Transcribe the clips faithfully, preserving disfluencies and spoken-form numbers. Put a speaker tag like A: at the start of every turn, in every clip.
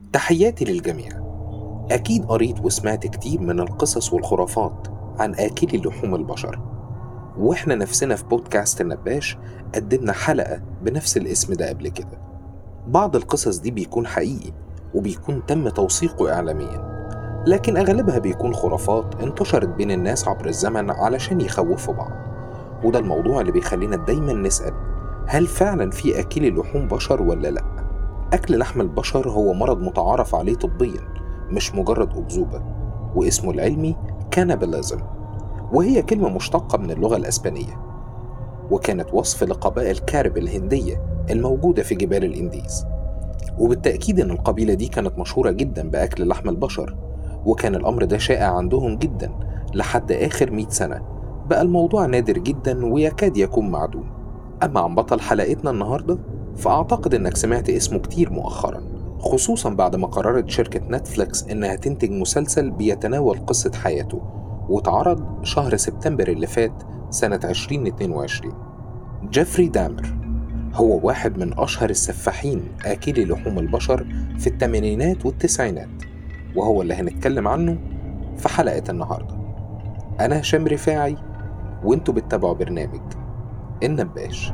A: تحياتي للجميع. أكيد قريت وسمعت كتير من القصص والخرافات عن آكلي لحوم البشر، وإحنا نفسنا في بودكاست النباش قدمنا حلقة بنفس الاسم ده قبل كده. بعض القصص دي بيكون حقيقي وبيكون تم توثيقه إعلاميا، لكن أغلبها بيكون خرافات انتشرت بين الناس عبر الزمن علشان يخوفوا بعض. وده الموضوع اللي بيخلينا دايما نسأل، هل فعلا في أكل لحوم بشر ولا لأ؟ أكل لحم البشر هو مرض متعارف عليه طبيا، مش مجرد أكذوبة، واسمه العلمي كانباليزم، وهي كلمة مشتقة من اللغة الأسبانية، وكانت وصف لقبائل كارب الهندية الموجودة في جبال الإنديز. وبالتأكيد إن القبيلة دي كانت مشهورة جدا بأكل لحم البشر، وكان الأمر ده شائع عندهم جدا لحد آخر مئة سنة. بقى الموضوع نادر جدا ويكاد يكون معدوم. أما عن بطل حلقتنا النهاردة، فأعتقد إنك سمعت اسمه كتير مؤخرا، خصوصا بعد ما قررت شركة نتفليكس إنها تنتج مسلسل بيتناول قصة حياته، واتعرض شهر سبتمبر اللي فات سنة عشرين اتنين وعشرين. جيفري دامر هو واحد من أشهر السفاحين آكلي لحوم البشر في الثمانينات والتسعينات، وهو اللي هنتكلم عنه في حلقة النهاردة. أنا هشام رفاعي، وانتوا بتتابعوا برنامج النباش.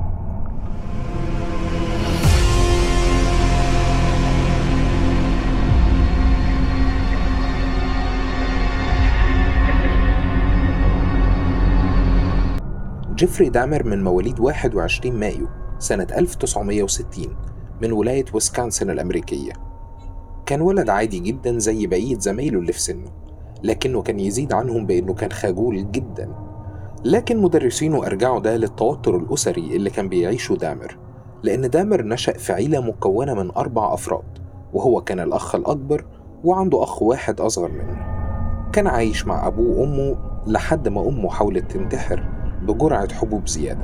A: جيفري دامر من مواليد واحد وعشرين مايو سنة ألف وتسعمية وستين من ولاية ويسكونسن الأمريكية. كان ولد عادي جدا زي بقية زمايله اللي في سنه، لكنه كان يزيد عنهم بأنه كان خجول جدا. لكن مدرسينه أرجعوا ده للتوتر الأسري اللي كان بيعيشه دامر، لأن دامر نشأ في عيلة مكونة من أربع أفراد، وهو كان الأخ الأكبر وعنده أخ واحد أصغر منه. كان عايش مع أبوه وأمه لحد ما أمه حاولت تنتحر بجرعة حبوب زيادة،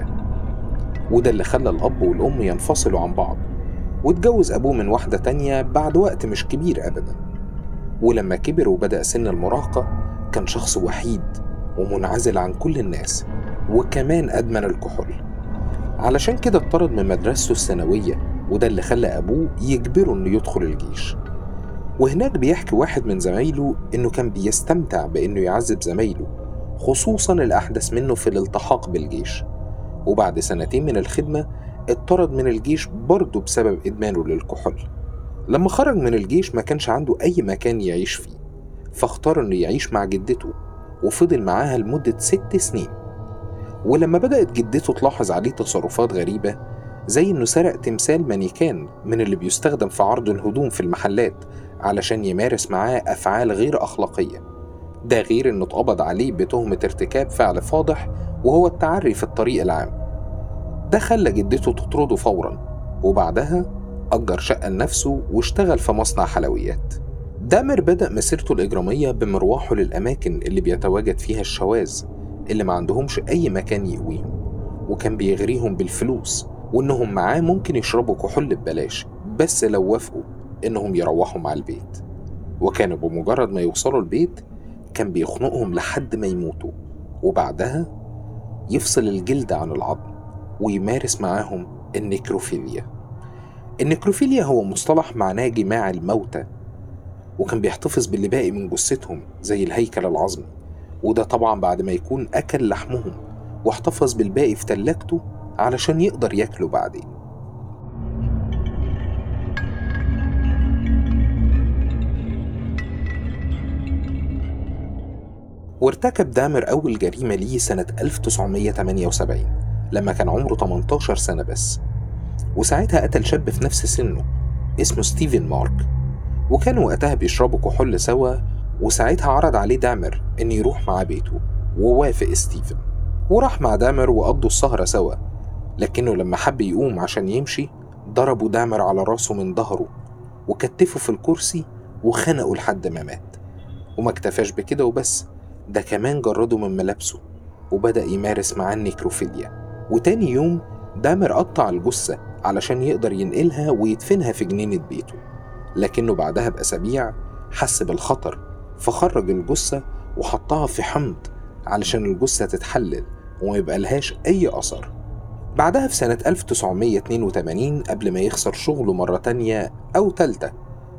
A: وده اللي خلى الأب والأم ينفصلوا عن بعض، واتجوز أبوه من واحدة تانية بعد وقت مش كبير أبدا. ولما كبر وبدأ سن المراهقة كان شخص وحيد ومنعزل عن كل الناس، وكمان أدمن الكحول. علشان كده اتطرد من مدرسته الثانوية، وده اللي خلى أبوه يجبره إنه يدخل الجيش. وهناك بيحكي واحد من زمايله إنه كان بيستمتع بإنه يعذب زمايله، خصوصا الأحدث منه في الالتحاق بالجيش. وبعد سنتين من الخدمة اتطرد من الجيش برضه بسبب إدمانه للكحول. لما خرج من الجيش ما كانش عنده أي مكان يعيش فيه، فاختار إنه يعيش مع جدته، وفضل معاها لمدة ست سنين. ولما بدأت جدته تلاحظ عليه تصرفات غريبة، زي إنه سرق تمثال مانيكان من اللي بيستخدم في عرض الهدوم في المحلات علشان يمارس معاه أفعال غير أخلاقية، ده غير إنه اتقبض عليه بتهمة ارتكاب فعل فاضح وهو التعري في الطريق العام. ده خلى جدته تطرده فورا، وبعدها أجر شقة لنفسه واشتغل في مصنع حلويات. دامر بدأ مسيرته الإجرامية بمروحه للأماكن اللي بيتواجد فيها الشواذ اللي ما عندهمش أي مكان يقويهم، وكان بيغريهم بالفلوس وإنهم معاه ممكن يشربوا كحول ببلاش بس لو وافقوا إنهم يروحوا مع البيت. وكانوا بمجرد ما يوصلوا البيت كان بيخنقهم لحد ما يموتوا، وبعدها يفصل الجلد عن العظم ويمارس معاهم النيكروفيليا. النيكروفيليا هو مصطلح معناه جماع الموتى، وكان بيحتفظ باللي باقي من جثتهم زي الهيكل العظمي، وده طبعا بعد ما يكون أكل لحمهم واحتفظ بالباقي في تلاجته علشان يقدر ياكله بعدين. وارتكب دامر أول جريمة ليه سنة ألف وتسعمية تمانية وسبعين لما كان عمره تمنتاشر سنة بس، وساعتها قتل شاب في نفس سنه اسمه ستيفن مارك، وكانوا وقتها بيشربوا كحول سوا. وساعتها عرض عليه دامر إن يروح معاه بيته، ووافق ستيفن وراح مع دامر وقضوا السهرة سوا. لكنه لما حب يقوم عشان يمشي ضربوا دامر على راسه من ظهره وكتفه في الكرسي وخنقه لحد ما مات. وما اكتفاش بكده وبس، ده كمان جرده من ملابسه وبدأ يمارس معاه النيكروفيليا. وتاني يوم دامر قطع الجثة علشان يقدر ينقلها ويدفنها في جنينة بيته، لكنه بعدها بأسابيع حس بالخطر فخرج الجثة وحطها في حمض علشان الجثة تتحلل وما يبقى لهاش أي أثر. بعدها في سنة ألف وتسعمية اتنين وتمانين قبل ما يخسر شغله مرة تانية أو تالتة،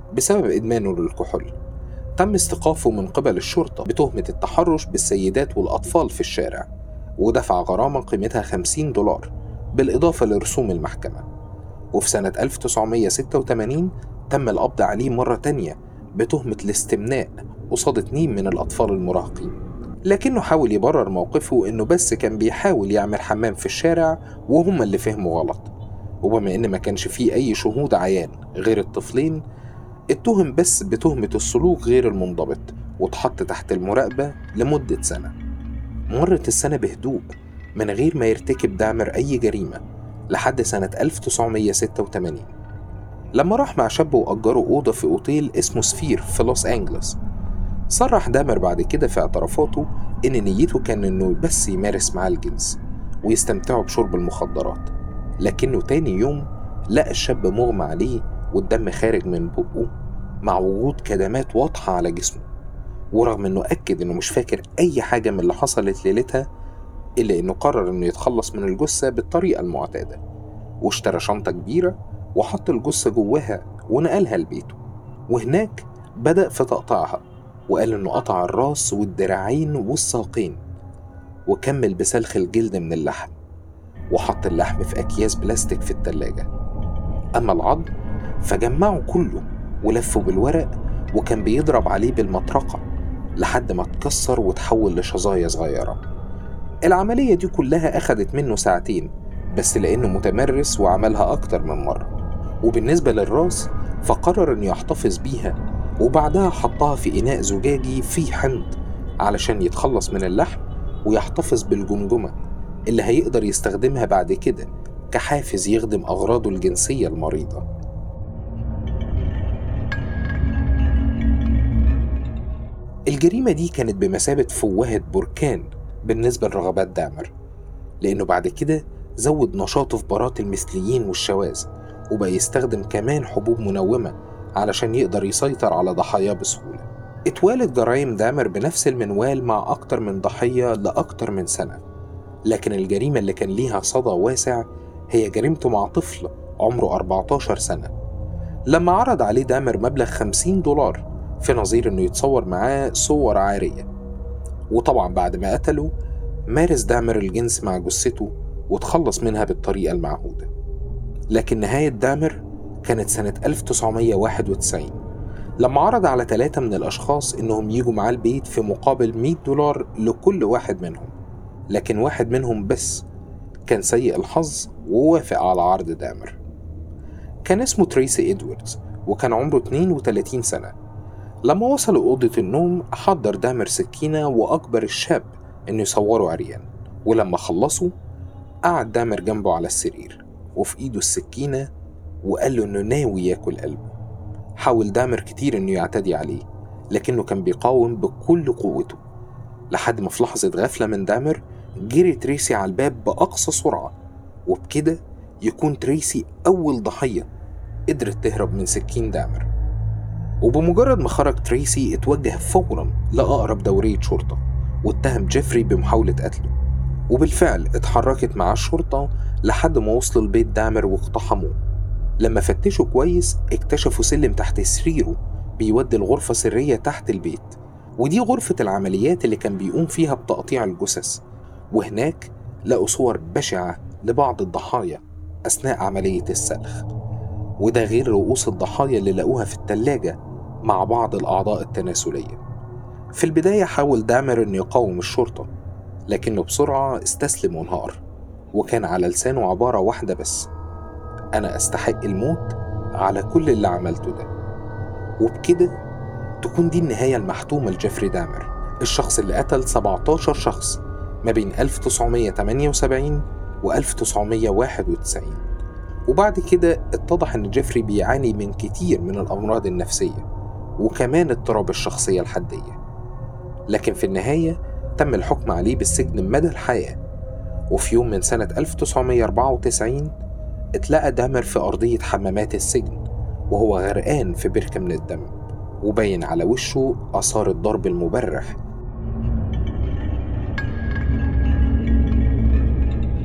A: بسبب إدمانه للكحول. تم استيقافه من قبل الشرطة بتهمة التحرش بالسيدات والأطفال في الشارع، ودفع غرامة قيمتها خمسين دولار بالإضافة لرسوم المحكمة. وفي سنة ألف وتسعمية وستة وتمانين تم القبض عليه مرة تانية بتهمة الاستمناء قصاد اتنين من الأطفال المراهقين، لكنه حاول يبرر موقفه إنه بس كان بيحاول يعمل حمام في الشارع وهم اللي فهموا غلط. وبما إن ما كانش فيه أي شهود عيان غير الطفلين، اتهم بس بتهمة السلوك غير المنضبط واتحط تحت المراقبة لمدة سنة. مرت السنة بهدوء من غير ما يرتكب دامر أي جريمة لحد سنة ألف وتسعمية وستة وتمانين لما راح مع شاب وأجروا أوضة في أوتيل اسمه سفير في لوس أنجلوس. صرح دامر بعد كده في اعترافاته إن نيته كان إنه بس يمارس معاه الجنس ويستمتعوا بشرب المخدرات، لكنه تاني يوم لقى الشاب مغمى عليه والدم خارج من بقه مع وجود كدمات واضحة على جسمه. ورغم إنه أكد إنه مش فاكر أي حاجة من اللي حصلت ليلتها، إلا إنه قرر إنه يتخلص من الجثة بالطريقة المعتادة، واشترى شنطة كبيرة وحط الجثة جواها ونقلها لبيته. وهناك بدأ في تقطيعها، وقال إنه قطع الراس والدراعين والساقين، وكمل بسلخ الجلد من اللحم، وحط اللحم في أكياس بلاستيك في التلاجة. أما العظم فجمعه كله ولفه بالورق، وكان بيضرب عليه بالمطرقة لحد ما اتكسر وتحول لشظايا صغيرة. العملية دي كلها أخدت منه ساعتين بس، لأنه متمرس وعملها أكتر من مرة. وبالنسبة للراس فقرر أنه يحتفظ بيها، وبعدها حطها في إناء زجاجي فيه حمض علشان يتخلص من اللحم ويحتفظ بالجمجمة اللي هيقدر يستخدمها بعد كده كحافز يخدم أغراضه الجنسية المريضة. الجريمة دي كانت بمثابة فوهة بركان بالنسبة لرغبات دامر، لأنه بعد كده زود نشاطه في برات المثليين والشواذ، وبقى يستخدم كمان حبوب منومة علشان يقدر يسيطر على ضحاياه بسهولة. اتوالد جرائم دامر بنفس المنوال مع أكتر من ضحية لأكتر من سنة، لكن الجريمة اللي كان ليها صدى واسع هي جريمته مع طفل عمره أربعتاشر سنة، لما عرض عليه دامر مبلغ خمسين دولار في نظير إنه يتصور معاه صور عارية. وطبعا بعد ما قتله مارس دامر الجنس مع جثته وتخلص منها بالطريقة المعهودة. لكن نهاية دامر كانت سنة ألف وتسعمية وواحد وتسعين لما عرض على ثلاثة من الأشخاص إنهم يجوا معاه البيت في مقابل مية دولار لكل واحد منهم، لكن واحد منهم بس كان سيء الحظ ووافق على عرض دامر. كان اسمه تريسي إدواردز وكان عمره اتنين وتلاتين سنة. لما وصلوا أوضة النوم حضر دامر سكينة وأجبر الشاب إنه يصوره عريان، ولما خلصوا قعد دامر جنبه على السرير وفي إيده السكينة وقال له إنه ناوي ياكل قلبه. حاول دامر كتير إنه يعتدي عليه، لكنه كان بيقاوم بكل قوته، لحد ما في لحظة غفلة من دامر جري تريسي على الباب بأقصى سرعة، وبكده يكون تريسي أول ضحية قدرت تهرب من سكين دامر. وبمجرد ما خرج تريسي اتوجه فورا لأقرب دورية شرطة واتهم جيفري بمحاولة قتله، وبالفعل اتحركت مع الشرطة لحد ما وصلوا البيت دامر واقتحموه. لما فتشوا كويس اكتشفوا سلم تحت سريره بيودي الغرفة سرية تحت البيت، ودي غرفة العمليات اللي كان بيقوم فيها بتقطيع الجثث. وهناك لقوا صور بشعة لبعض الضحايا أثناء عملية السلخ، وده غير رؤوس الضحايا اللي لقوها في التلاجة مع بعض الأعضاء التناسلية. في البداية حاول دامر أن يقاوم الشرطة، لكنه بسرعة استسلم وانهار، وكان على لسانه عبارة واحدة بس: أنا أستحق الموت على كل اللي عملته ده. وبكده تكون دي النهاية المحتومة لجيفري دامر، الشخص اللي قتل سبعتاشر شخص ما بين ألف وتسعمية وتمانية وسبعين و ألف وتسعمية وواحد وتسعين. وبعد كده اتضح ان جيفري بيعاني من كتير من الأمراض النفسية وكمان اضطراب الشخصية الحدية، لكن في النهاية تم الحكم عليه بالسجن مدى الحياة. وفي يوم من سنة ألف وتسعمية وأربعة وتسعين اتلقى دامر في أرضية حمامات السجن وهو غرقان في بركة من الدم، وبين على وشه آثار الضرب المبرح.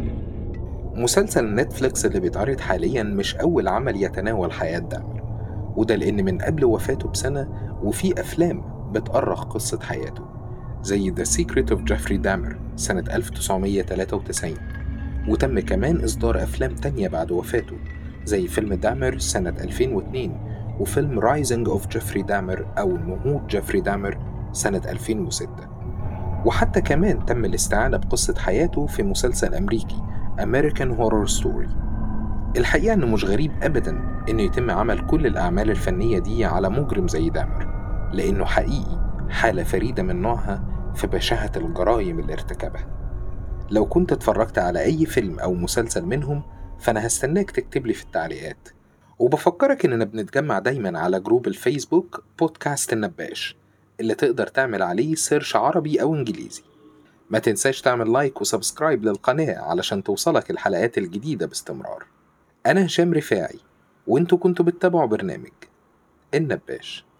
A: مسلسل نتفليكس اللي بيتعرض حاليا مش أول عمل يتناول حياة دامر، وده لأن من قبل وفاته بسنة وفي أفلام بتأرخ قصة حياته زي The Secret of Jeffrey Dahmer سنة ألف وتسعمية وتلاتة وتسعين، وتم كمان إصدار أفلام تانية بعد وفاته زي فيلم دامر سنة ألفين واتنين وفيلم Rising of Jeffrey Dahmer أو نهوض جيفري دامر سنة ألفين وستة. وحتى كمان تم الاستعانة بقصة حياته في مسلسل أمريكي American Horror Story. الحقيقة إنه مش غريب أبداً إنه يتم عمل كل الأعمال الفنية دي على مجرم زي دامر، لأنه حقيقي حالة فريدة من نوعها في بشاعة الجرائم اللي ارتكبها. لو كنت اتفرجت على أي فيلم أو مسلسل منهم فأنا هستناك تكتبلي في التعليقات. وبفكرك إننا بنتجمع دايماً على جروب الفيسبوك بودكاست النباش اللي تقدر تعمل عليه سيرش عربي أو إنجليزي. ما تنساش تعمل لايك وسبسكرايب للقناة علشان توصلك الحلقات الجديدة باستمرار. أنا هشام رفاعي، وانتوا كنتوا بتتابعوا برنامج النباش.